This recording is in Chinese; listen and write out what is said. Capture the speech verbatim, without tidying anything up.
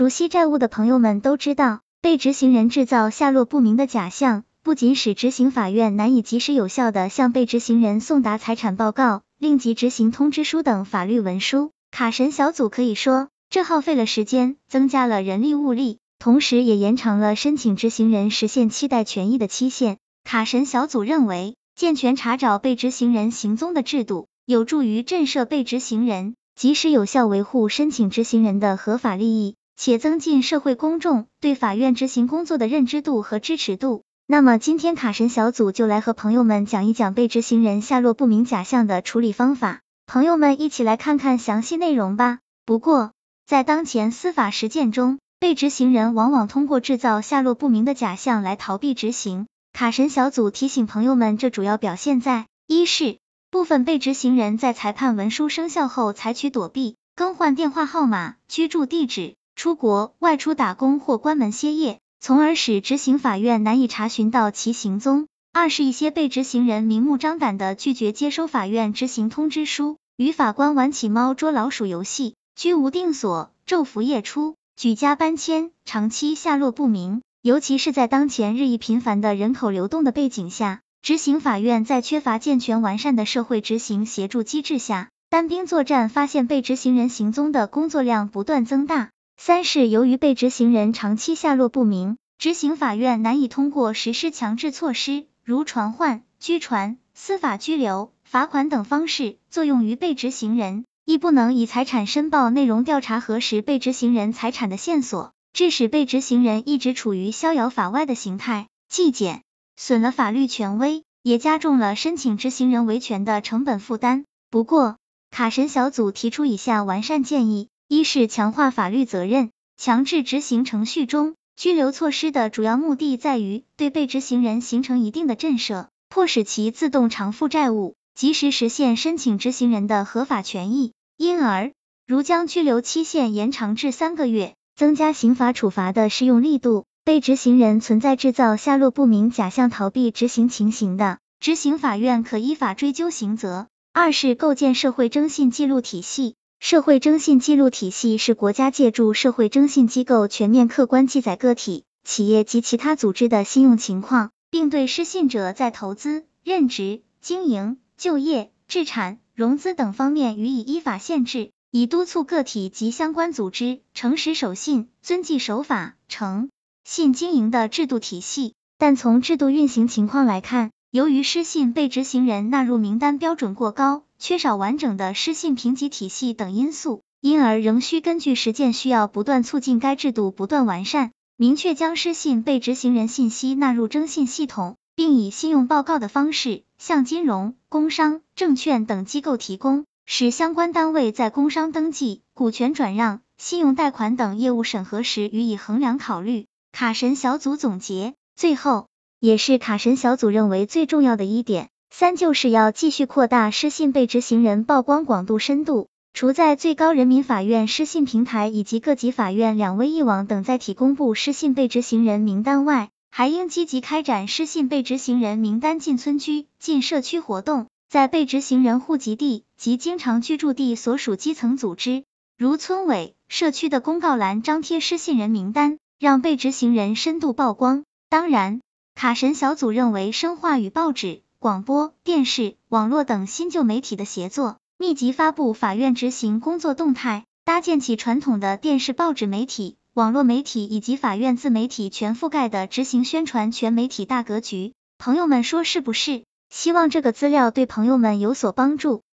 熟悉债务的朋友们都知道，被执行人制造下落不明的假象，不仅使执行法院难以及时有效地向被执行人送达财产报告、令吉执行通知书等法律文书。卡神小组可以说，这耗费了时间，增加了人力物力，同时也延长了申请执行人实现期待权益的期限。卡神小组认为，健全查找被执行人行踪的制度，有助于震慑被执行人，及时有效维护申请执行人的合法利益，且增进社会公众对法院执行工作的认知度和支持度。那么今天卡神小组就来和朋友们讲一讲被执行人下落不明假象的处理方法，朋友们一起来看看详细内容吧。不过，在当前司法实践中，被执行人往往通过制造下落不明的假象来逃避执行。卡神小组提醒朋友们，这主要表现在：一是部分被执行人在裁判文书生效后采取躲避、更换电话号码、居住地址、出国、外出打工或关门歇业，从而使执行法院难以查询到其行踪。二是一些被执行人明目张胆地拒绝接收法院执行通知书，与法官玩起猫捉老鼠游戏，居无定所，昼伏夜出，举家搬迁，长期下落不明。尤其是在当前日益频繁的人口流动的背景下，执行法院在缺乏健全完善的社会执行协助机制下，单兵作战发现被执行人行踪的工作量不断增大。三是由于被执行人长期下落不明，执行法院难以通过实施强制措施，如传唤、拘传、司法拘留、罚款等方式作用于被执行人，亦不能以财产申报内容调查核实被执行人财产的线索，致使被执行人一直处于逍遥法外的形态，既减损了法律权威，也加重了申请执行人维权的成本负担。不过，卡神小组提出以下完善建议：一是强化法律责任。强制执行程序中，拘留措施的主要目的在于对被执行人形成一定的震慑，迫使其自动偿付债务，及时实现申请执行人的合法权益。因而，如将拘留期限延长至三个月，增加刑法处罚的适用力度，被执行人存在制造下落不明假象逃避执行情形的，执行法院可依法追究刑责。二是构建社会征信记录体系。社会征信记录体系是国家借助社会征信机构全面客观记载个体、企业及其他组织的信用情况，并对失信者在投资、任职、经营、就业、置产、融资等方面予以依法限制，以督促个体及相关组织诚实守信、遵纪守法、诚信经营的制度体系。但从制度运行情况来看，由于失信被执行人纳入名单标准过高，缺少完整的失信评级体系等因素，因而仍需根据实践需要不断促进该制度不断完善，明确将失信被执行人信息纳入征信系统，并以信用报告的方式向金融、工商、证券等机构提供，使相关单位在工商登记、股权转让、信用贷款等业务审核时予以衡量考虑。卡神小组总结，最后也是卡神小组认为最重要的一点，三就是要继续扩大失信被执行人曝光广度深度，除在最高人民法院失信平台以及各级法院两微一网等载体公布失信被执行人名单外，还应积极开展失信被执行人名单进村居、进社区活动，在被执行人户籍地及经常居住地所属基层组织，如村委、社区的公告栏张贴失信人名单，让被执行人深度曝光。当然，卡神小组认为深化与报纸、广播、电视、网络等新旧媒体的协作，密集发布法院执行工作动态，搭建起传统的电视报纸媒体、网络媒体以及法院自媒体全覆盖的执行宣传全媒体大格局。朋友们说是不是？希望这个资料对朋友们有所帮助。